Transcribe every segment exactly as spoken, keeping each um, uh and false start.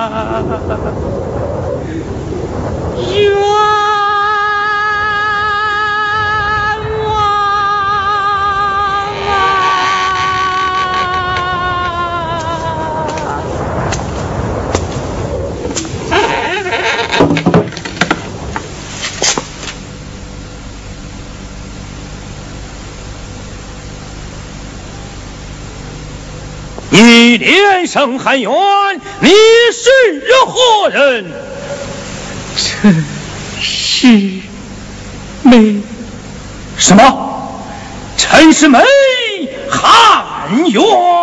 你连声喊冤，你是何人？ 这是梅。 什么？陈世梅喊冤？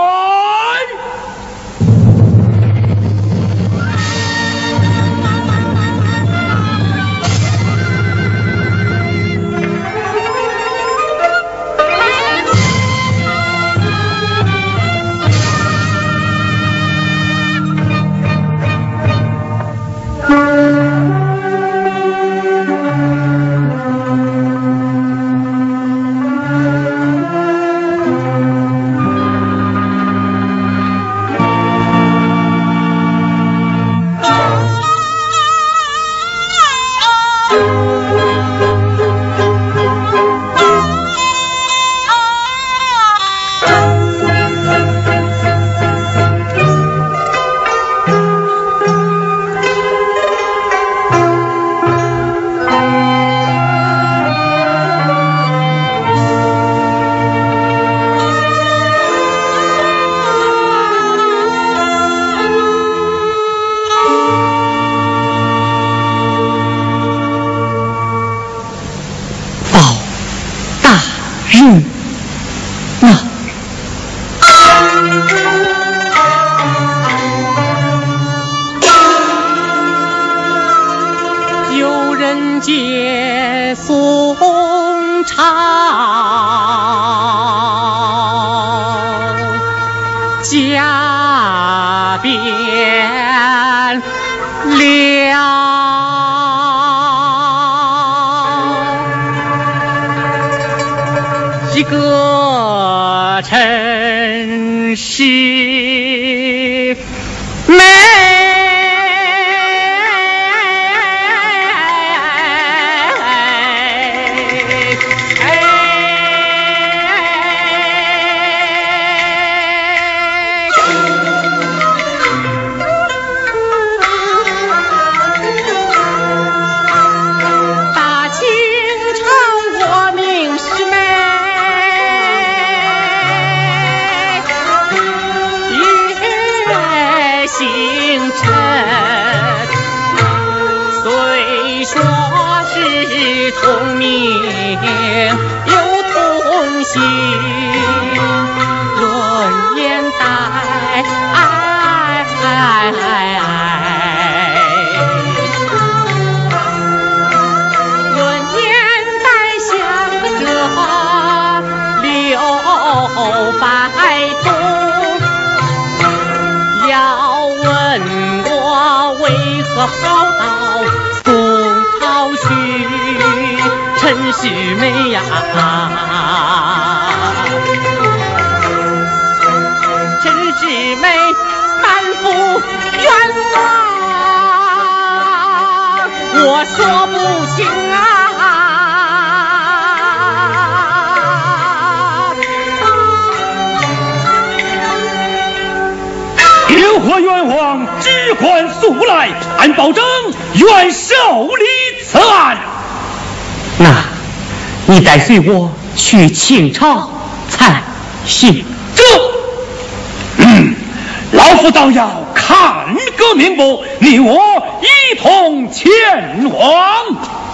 按保证愿受理此案。 那，你带随我去清朝参行。 这，嗯，老夫倒要看个明白，你我一同前往。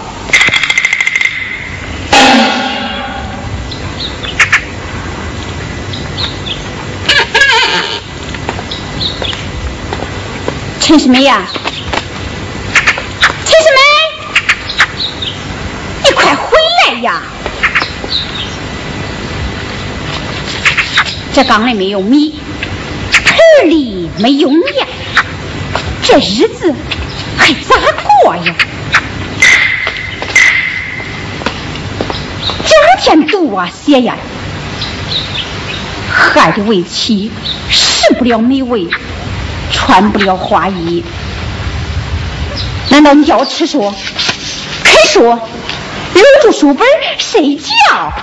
陈世梅呀，陈世梅，你快回来呀！这缸里没有米，盆里没有面，这日子还咋过呀？整天读啊写呀，害得为妻食不了美味， 穿不了花衣。难道你要吃说？肯说，搂住书本睡觉。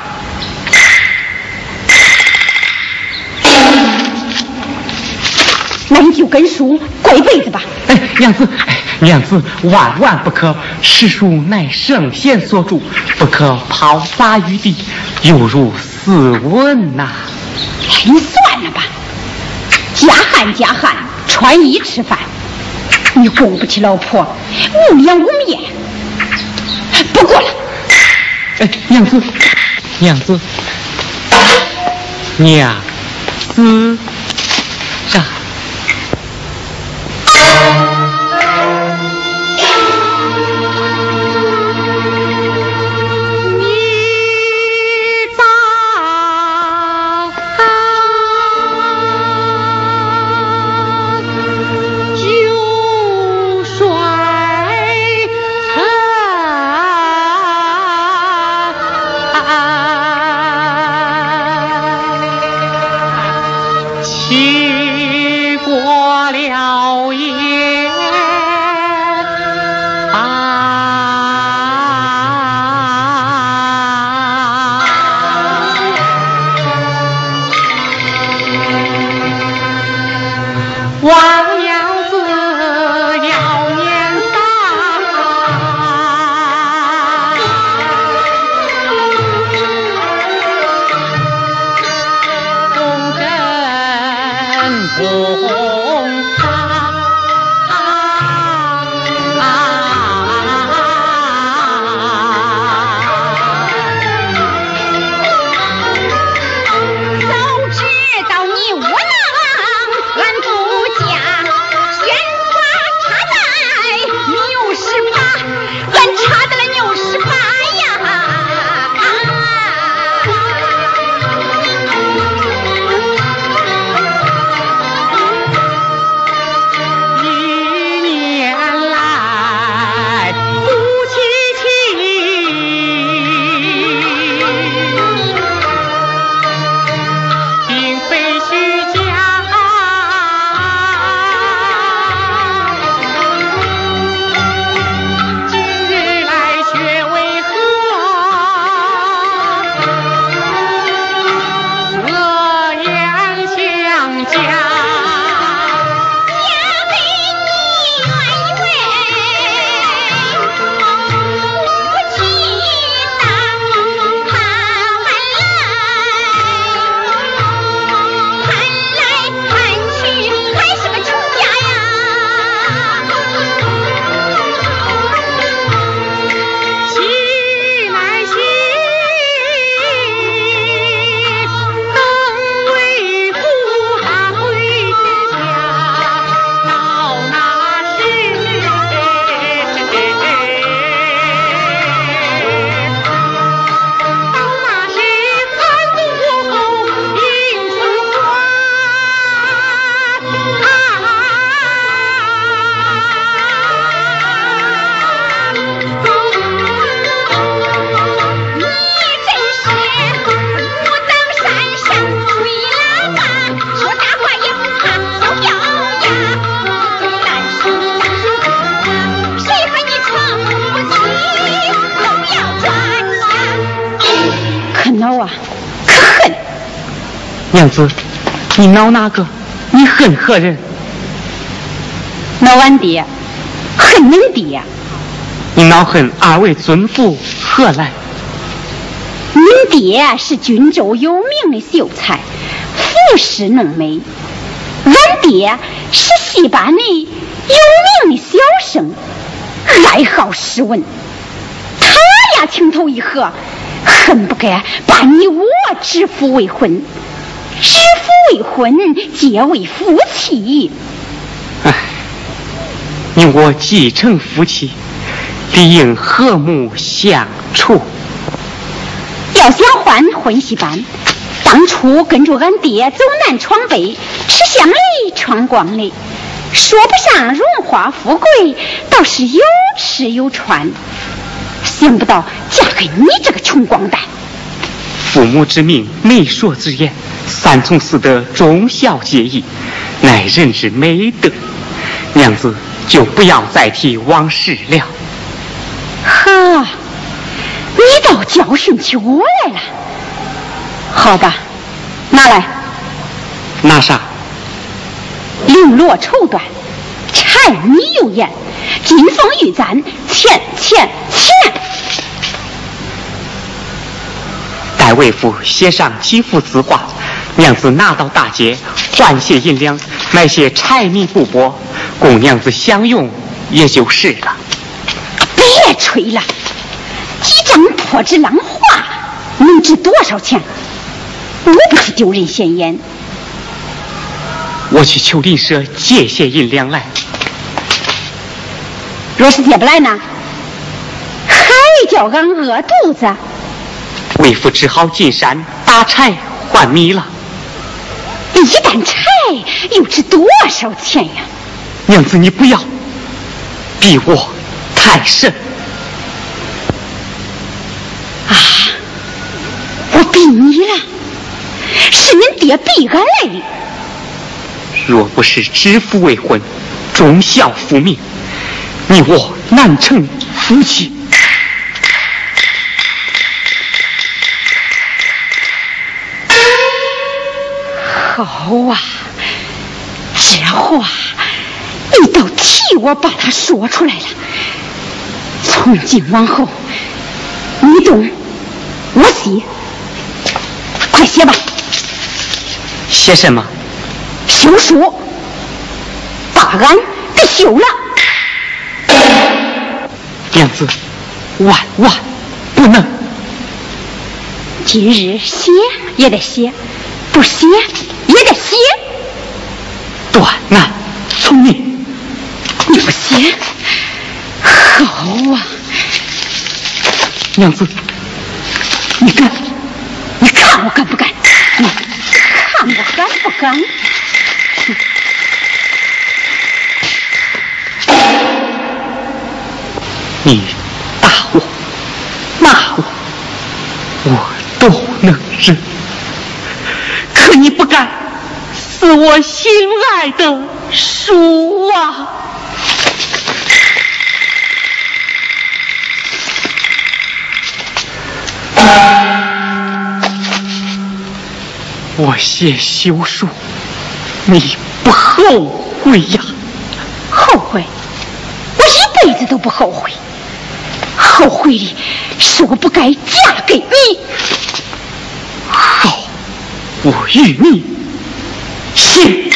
那你就跟书过一辈子吧。 哎，娘子，娘子万万不可！诗书乃圣贤所著，不可抛洒于地，犹如斯文呐、啊。 你算了吧，家汉家汉，穿衣吃饭，你供不起老婆，无脸无面，不过了。 哎，娘子，娘子，娘子啊！娘子，你恼哪个？你恨何人？ 恼俺爹，恨恁爹。 你恼恨二位尊父何来？ 恁爹是郡州有名的秀才，服饰弄美；俺爹是戏班的有名的小生，爱好诗文。他俩情投意合，恨不该把你我指腹为婚。指腹为婚，结为夫妻。 唉，你我既成夫妻，理应和睦相处。 要想换婚戏班，当初跟着俺爹走南闯北，吃香梨闯光梨，说不上荣华富贵，倒是有吃有穿。想不到嫁给你这个穷光蛋。 父母之命，媒妁之言，三从四德，忠孝节义，乃人之美德。 娘子就不要再提往事了。 呵，你倒教训起我来了。好吧，拿来。 拿啥？ 绫罗绸缎，柴米油盐，金凤玉簪，钱钱钱。 待为父写上几幅字画，娘子拿到大街换些银两，买些柴米布帛，供娘子享用也就是了。 别吹了，几张破纸浪画能值多少钱？我不是丢人现眼。 我去求邻舍借些银两来。 若是借不来呢，还叫俺饿肚子。 为父只好进山打柴换米了。 一担柴又值多少钱呀？ 娘子，你不要逼我太甚啊！我逼你了，是恁爹逼俺来的。 若不是指腹为婚，忠孝复命，你我难成夫妻。 好啊，这话你倒替我把它说出来了。从今往后，你动我写，快写吧。 写什么？ 休书，把俺给休了。 娘子，万万不能！ 今日写也得写，不写也得写。 断难从命。 你不写，好啊！ 娘子，你敢？ 你看我敢不敢？你看我敢不敢？ 你打我骂我我都能忍，可你不敢撕我心爱的书啊！我写休书，你不后悔呀？ 后悔？我一辈子都不后悔。后悔的是我不该嫁给你。 好，我与你行。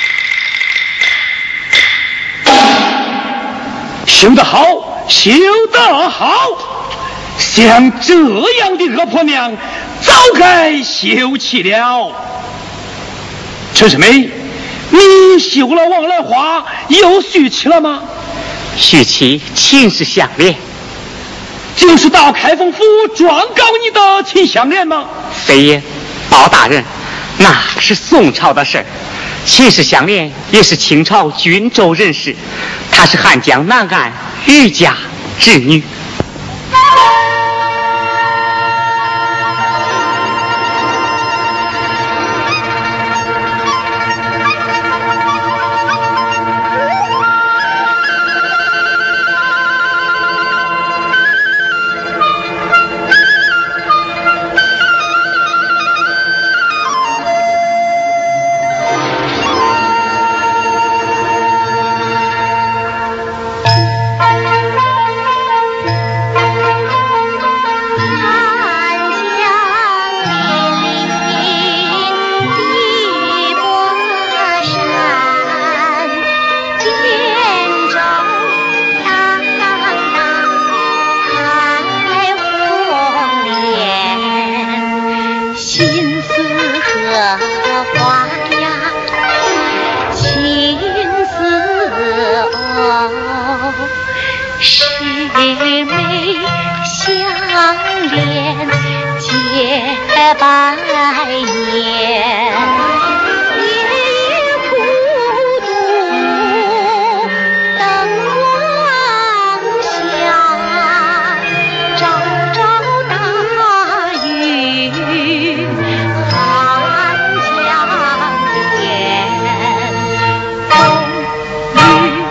修得好，修得好！像这样的恶婆娘，早该休弃了。陈世美，你休了王兰花，又续妻了吗？ 续妻亲是相恋。 就是到开封府状告你的亲相恋吗？ 非也，包大人，那是宋朝的事儿。亲氏相恋也是清朝郡州人士，她是汉江南岸余家之女。 寒江连，冬雨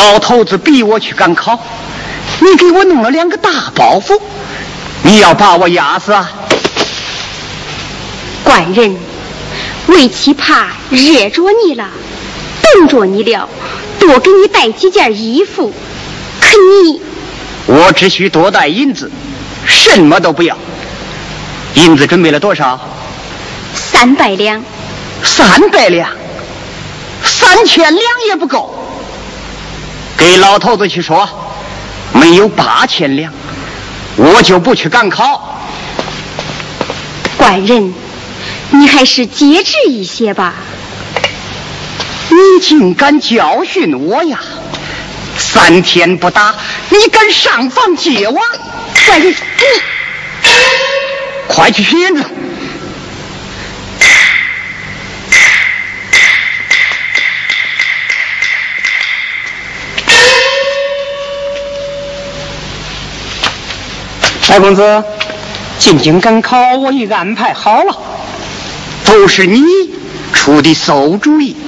老头子逼我去赶考，你给我弄了两个大包袱，你要把我压死啊！ 官人，为妻怕热着你了，冻着你了，多给你带几件衣服。可你， 我只需多带银子，什么都不要。银子准备了多少？ 三百两。 三百两，三千两也不够。给老头子去说，没有八千两，我就不去赶考。 官人，你还是节制一些吧。 你竟敢教训我呀！三天不打，你敢上房揭瓦？官人，你快去取银子。 白公子，进京赶考我已安排好了。 都是你出的馊主意。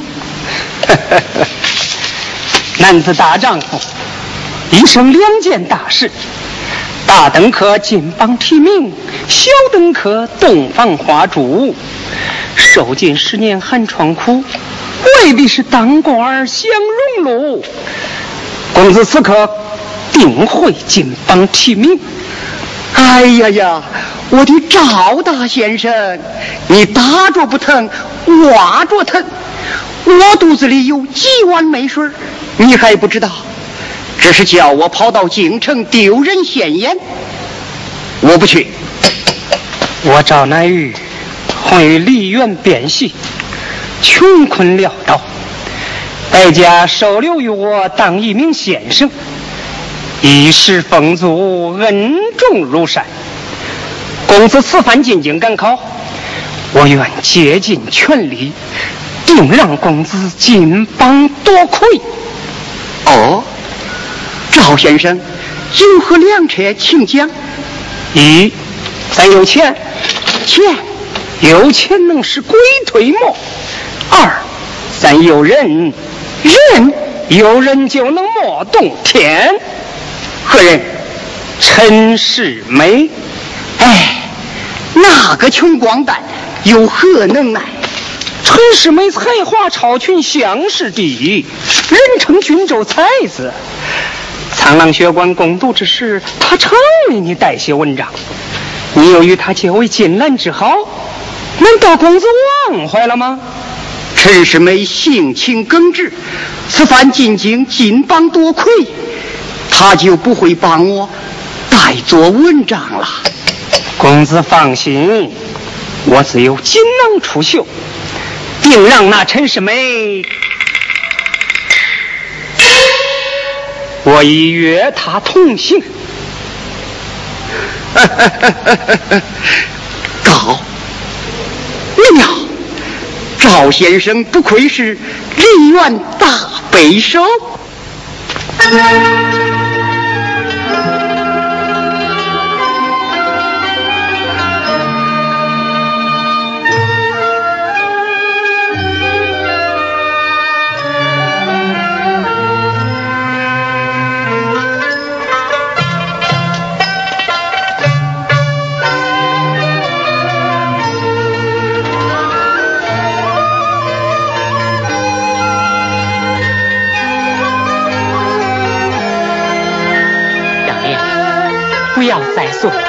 男子大丈夫，一生两件大事，大登科金榜题名，小登科洞房花烛。受尽十年寒窗苦，未必是当官享荣禄。公子此刻定会金榜题名。 哎呀呀，我的赵大先生，你打着不疼，挖着疼。我肚子里有几碗美水，你还不知道？这是叫我跑到京城丢人现眼，我不去。 我赵乃玉混于梨园变戏，穷困潦倒，代家收留于我当一名先生，一世丰足，恩重如山。公子此番进京赶考，我愿竭尽全力，定让公子金榜夺魁。 哦，赵先生有何良策请讲？ 一，咱有钱， 钱有钱能使鬼推磨；二，咱有人， 人有人就能磨动天。 何人？ 陈世美。 哎，那个穷光蛋有何能耐？ 陈世美才华超群，乡试第一，人称郡州才子。苍狼学馆攻读之时，他常为你代写文章，你又与他结为金兰之好，难道公子忘怀了吗？ 陈世美性情耿直，此番进京金榜夺魁，他就不会帮我代做文章了。 公子放心，我自有锦囊出岫，定让那陈世美，我已约他同行。 高妙，赵先生不愧是梨园大背手。 不要再说了。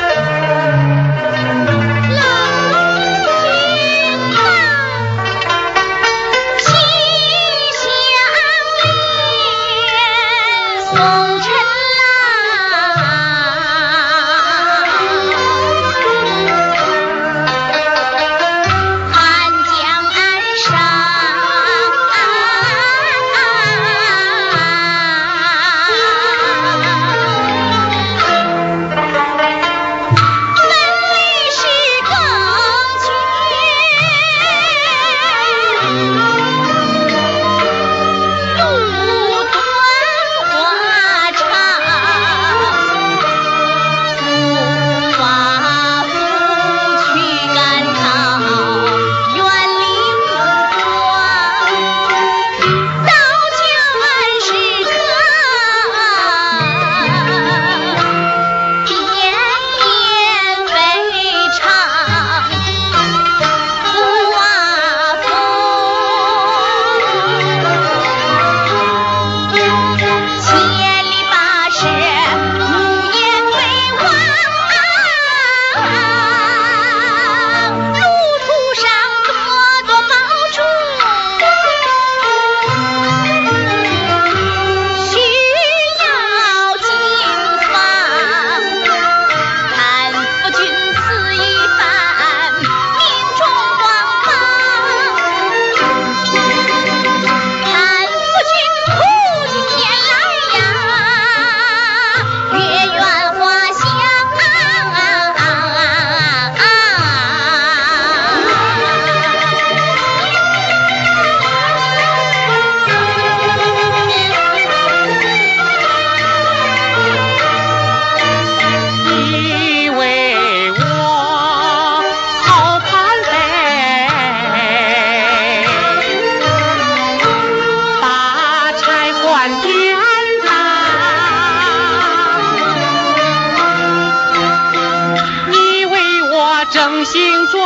放行装，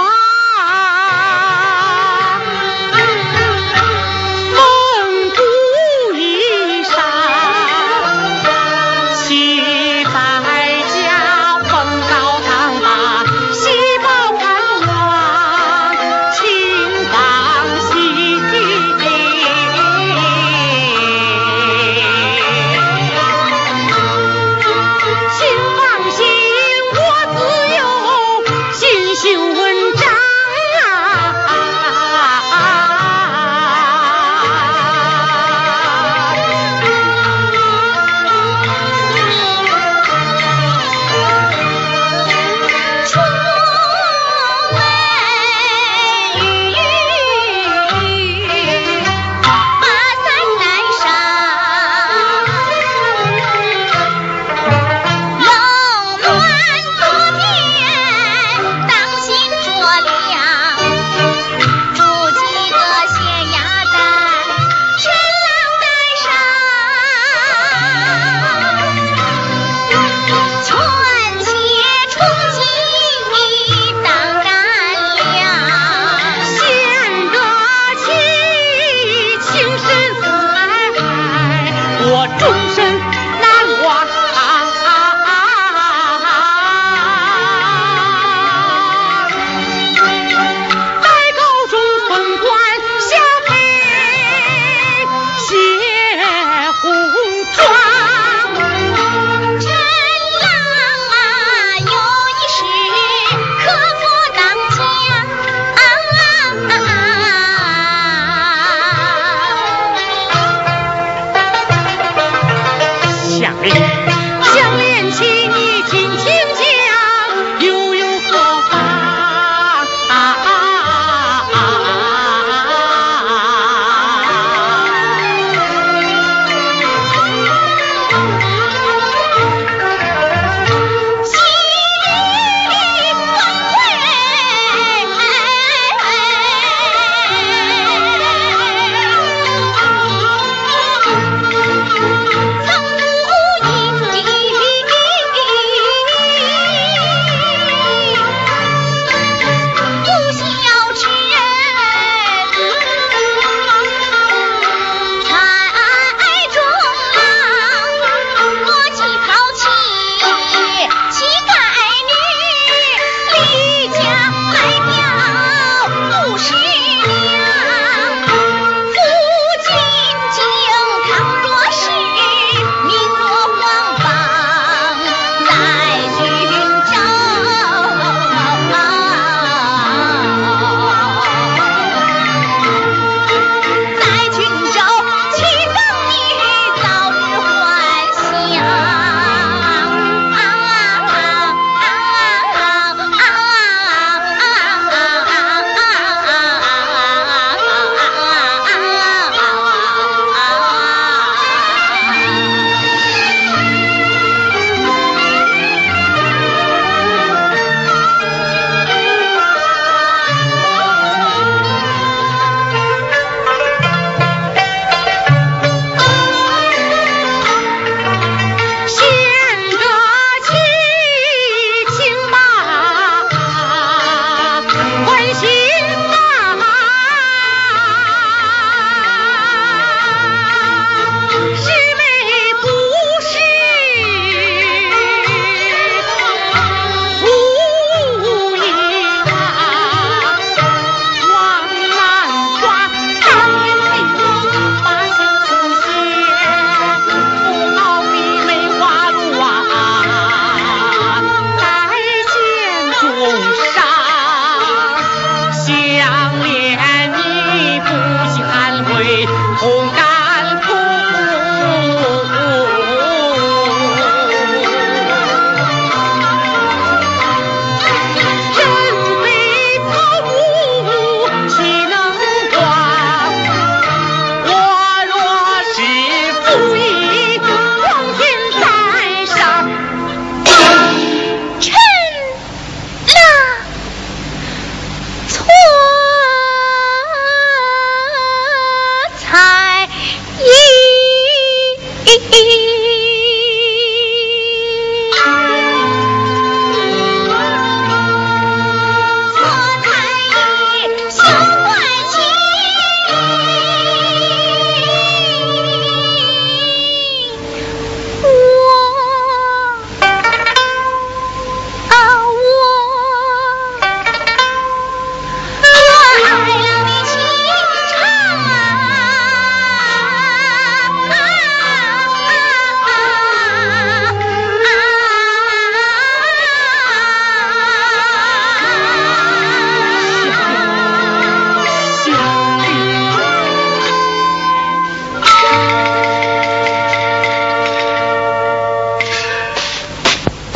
蒙古衣裳，骑在家风高堂大，喜报盼望，情当喜地。请放心，我自有锦绣文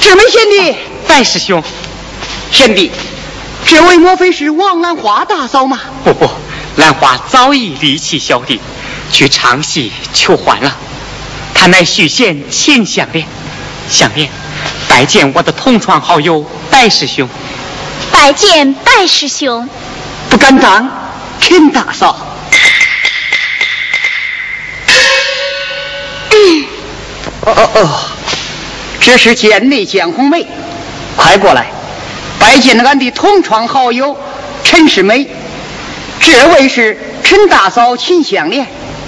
这位贤弟， 戴师兄， 贤弟，这位莫非是王兰花大嫂吗？ 不不，兰花早已离弃小弟，去长溪求欢了。他乃许县秦相莲，相莲，拜见我的同窗好友戴师兄。 拜见戴师兄。 不敢当，陈大嫂。嗯，哦哦哦，这是见内江红梅，快过来，拜见了俺的同窗好友陈世美。这位是陈大嫂秦香莲。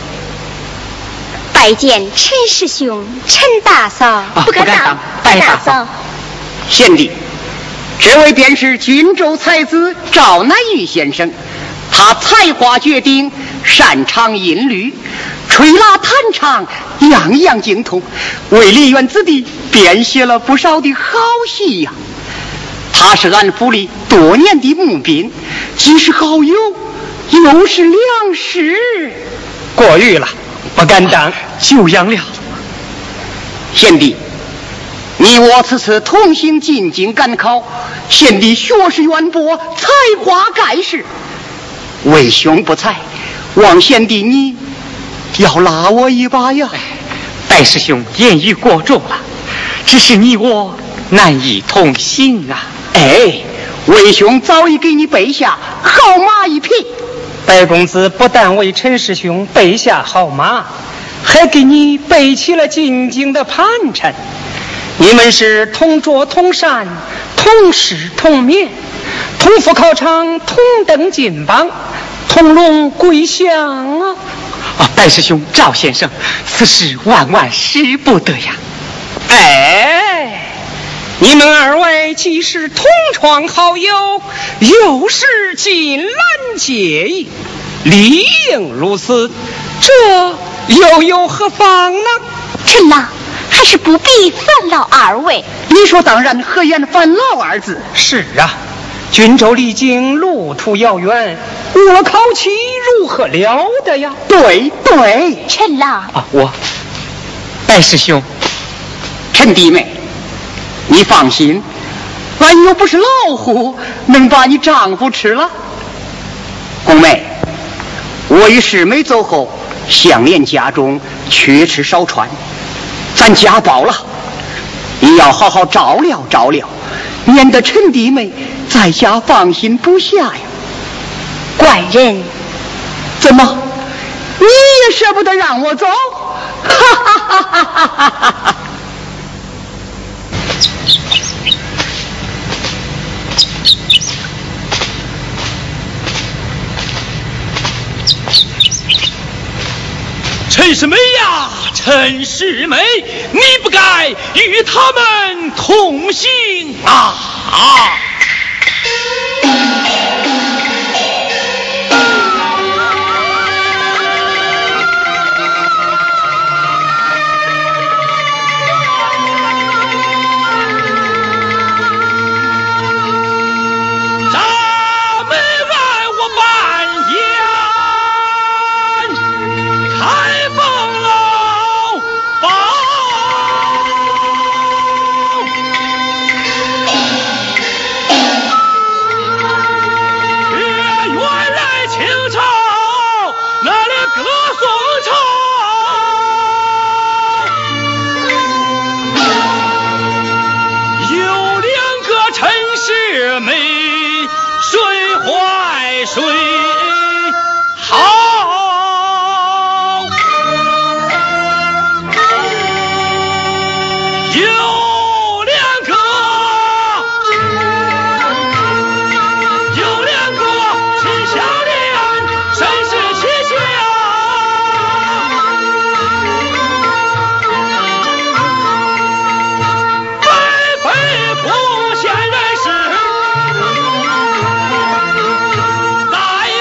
拜见陈师兄、陈大嫂。 啊、不敢当，戴大嫂。 贤弟，这位便是郡州才子赵乃玉先生，他才华绝顶，擅长音律，吹拉弹唱样样精通，为梨园子弟编写了不少的好戏呀。他是俺府里多年的募兵，既是好友，又是良师。 过誉了，不敢当， 久仰了。 贤弟，你我此次同行进京赶考，贤弟学识渊博，才华盖世，为兄不才，望贤弟你要拉我一把呀。 戴师兄言语过重了，只是你我难以同行啊。 哎，为兄早已给你备下好马一匹。 戴公子不但为陈师兄备下好马，还给你备起了进京的盘缠。你们是同桌同膳，同食同眠，同赴考场，同登金榜，同荣归乡啊！ 啊，戴师兄、赵先生，此事万万使不得呀！ 哎，你们二位既是同窗好友，又是锦兰结义，理应如此，这又有何妨呢？ 陈郎，还是不必烦劳二位。 你说当然，何言烦劳二字？ 是啊，郡州离京，路途遥远，我考期如何了得呀？ 对对， 陈郎啊，我戴师兄， 陈弟妹，你放心，俺又不是老虎，能把你丈夫吃了。红妹，我与世美走后，相莲家中缺吃少穿，咱家暴了，你要好好照料照料，免得陈弟妹在家放心不下呀。 怪人， 怎么你也舍不得让我走？哈哈哈哈哈哈哈哈！ 陈世美呀，陈世美，你不该与他们同行啊！ 大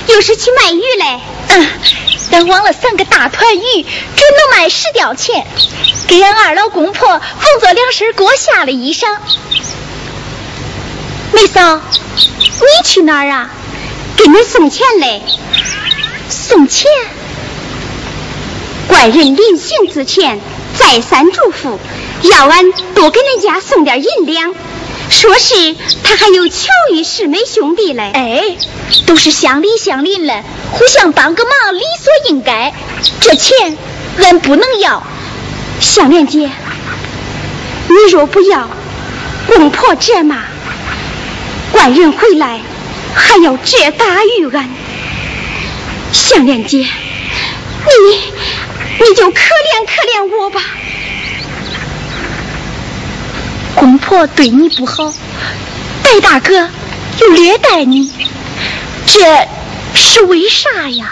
又是去卖鱼嘞。 嗯，俺忘了三个大团鱼，只能卖十吊钱，给俺二老公婆缝做两身裹下的衣裳。 梅嫂，你去哪儿啊？给恁送钱嘞。送钱？怪人临行之前再三嘱咐，要俺多给恁家送点银两，说是他还有乔玉师妹兄弟嘞。 哎，都是乡里乡邻了，互相帮个忙理所应该。这钱俺不能要。 香莲姐，你若不要，公婆责骂，怪人回来还要责打于俺。香莲姐，你你就可怜可怜我吧。 公婆对你不好，戴大哥又虐待你，这是为啥呀？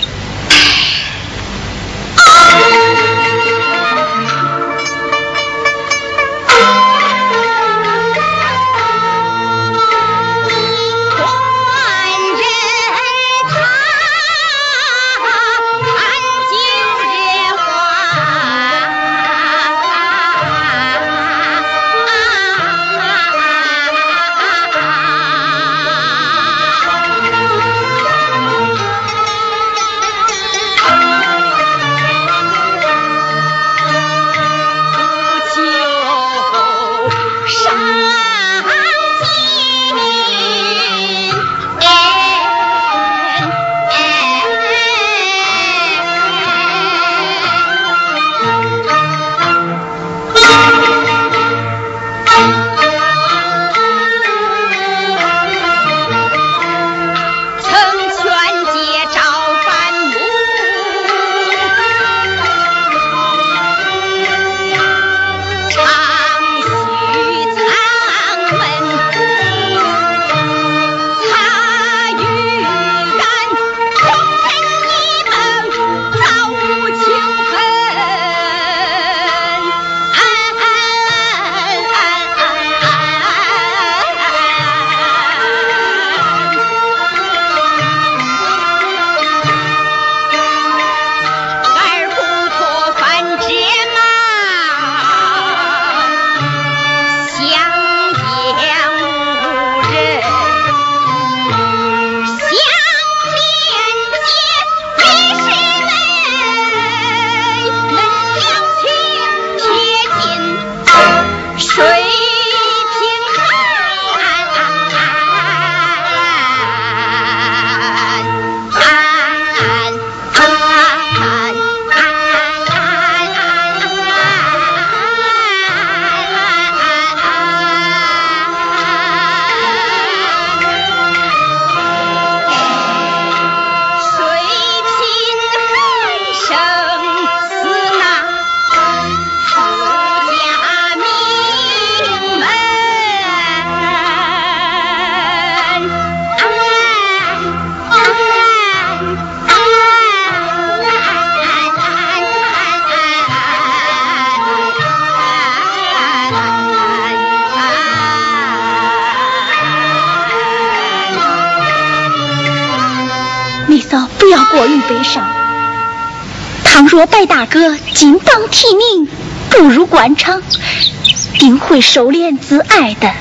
过于悲伤。倘若白大哥金榜题名，步入官场，定会收敛自爱的。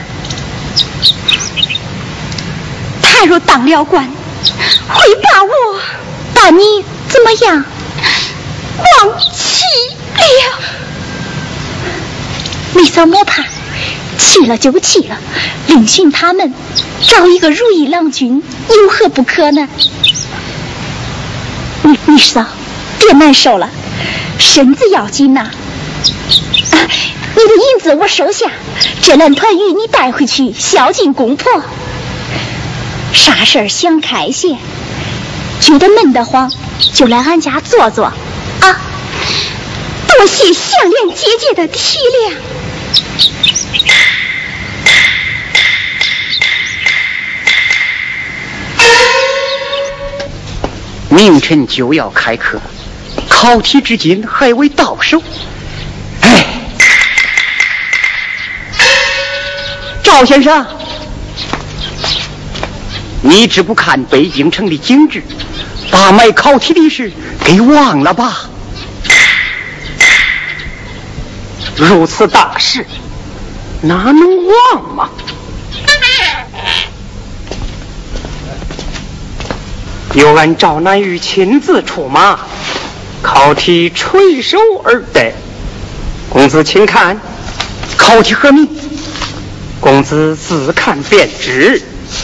他若当了官，会把我把你怎么样？忘弃了。梅嫂莫怕，弃了就弃了，另寻他们，找一个如意郎君，有何不可呢？你你嫂，别难受了，身子要紧呐、啊。你的银子我收下，这烂团鱼你带回去孝敬公婆。啥事儿想开些，觉得闷得慌，就来俺家坐坐啊！多谢香莲姐姐的体谅。 明晨就要开课，考题至今还未到手。哎，赵先生， 你只不看北京城的景致，把买考题的事给忘了吧？如此大事，哪能忘嘛？由俺赵南玉亲自出马，考题垂手而得。公子请看，考题何名？公子自看便知。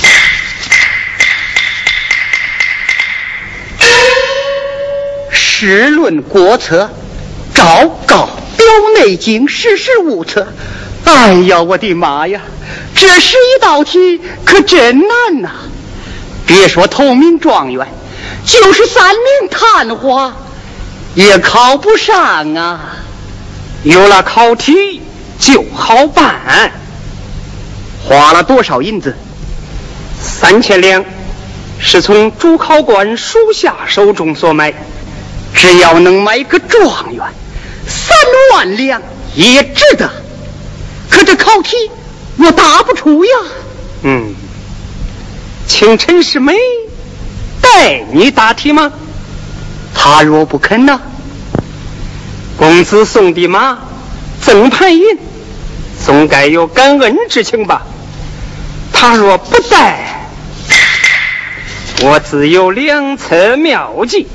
试论国策，赵高表内经，事事无策。哎呀，我的妈呀，这是一道题可真难呐、啊！别说头名状元，就是三名探花也考不上啊。有了考题就好办。花了多少银子？三千两，是从主考官属下手中所买。只要能买个状元，三万两也值得。可这考题我答不出呀。嗯，请陈世美带你答题吗？他若不肯呢？公子送的马赠盘银，总该有感恩之情吧？他若不带，我自有两策妙计。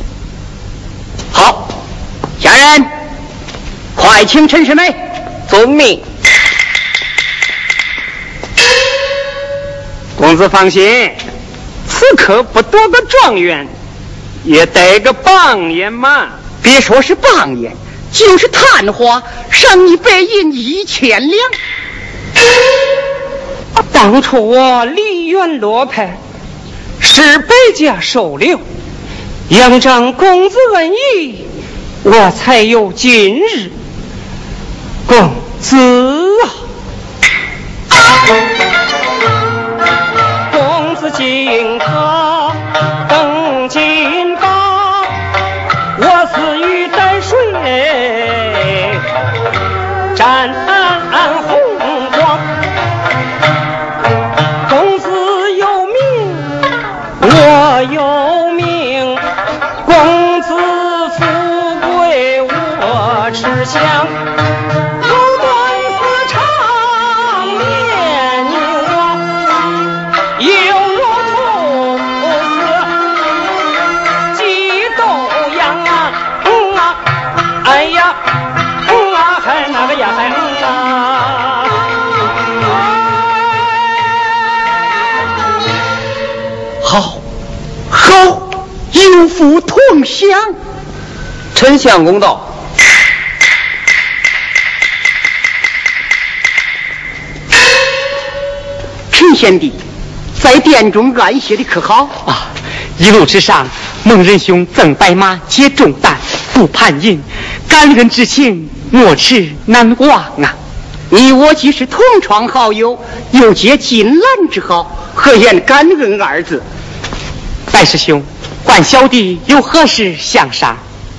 好，下人，快请陈世美。遵命。公子放心，此刻不夺个状元，也得个榜眼嘛。别说是榜眼，就是探花，赏你白银一千两。当初我梨园落派，是百家收留，仰仗公子恩义，我才有今日。公子啊，公子今可登金榜，我死于淡水沾红光。公子有名，我有名，公子富贵我吃香。好，好，有福同享。丞相公道。陈贤弟，在殿中安歇的可好啊？一路之上，孟仁兄赠白马，接重担，不盘银，感恩之情，莫齿难忘啊！ 你我既是同窗好友，又结金兰之好，何言感恩二字？ 白师兄，唤小弟有何事相商？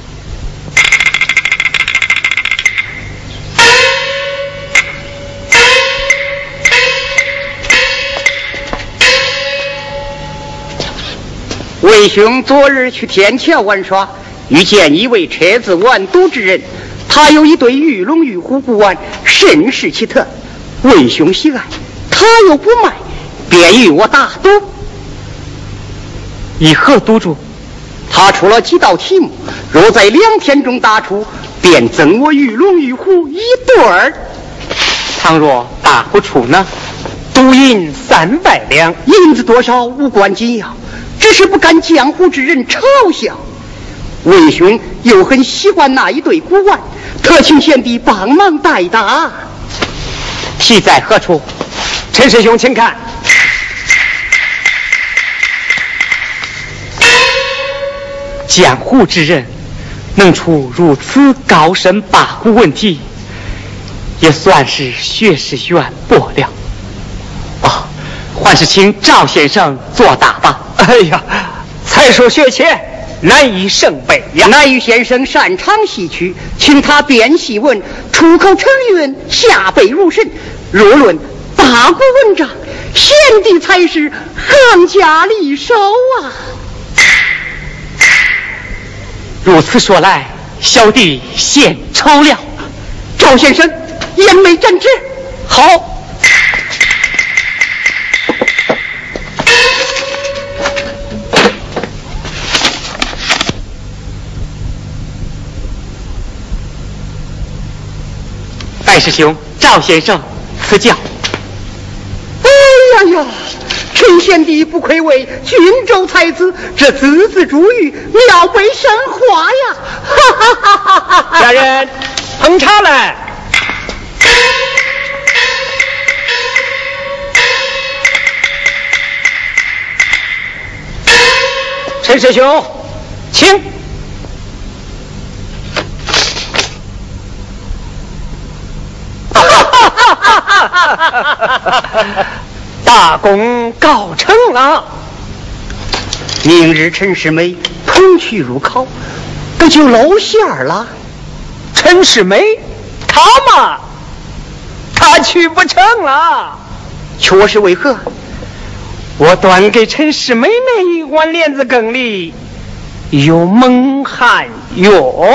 魏兄昨日去天桥玩耍，遇见一位车子完犊之人，他有一对玉龙玉虎古玩，甚是奇特。魏兄喜爱，他又不卖，便与我打赌。 以何赌注？ 他出了几道题目，若在两天中答出，便赠我玉龙玉虎一对儿。 倘若答不出呢？赌银三百两。 银子多少无关紧要，只是不甘江湖之人嘲笑。魏兄又很喜欢那一对古玩，特请贤弟帮忙代答。 题在何处？陈师兄请看。江湖之人能出如此高深八股问题，也算是学识渊博了。哦，还是请赵先生作答吧。 哎呀，才疏学浅，难以胜备呀。南玉先生擅长戏曲，请他编戏文，出口成韵，下背如神。若论八股文章， 贤弟才是行家里手啊。 如此说来，小弟献丑了。 赵先生，言没正直。 好。戴师兄，赵先生赐教。 哎呀呀，陈贤弟不愧为郡州才子，这字字珠玉，妙笔生花呀！哈哈哈哈哈哈！ 家人，捧茶来。陈师兄，请。大功告成了。 明日陈世美同去入考，这就露馅儿了。 陈世美，他嘛，他去不成了。 却是为何？ 我端给陈世美那一碗莲子羹里有蒙汗药。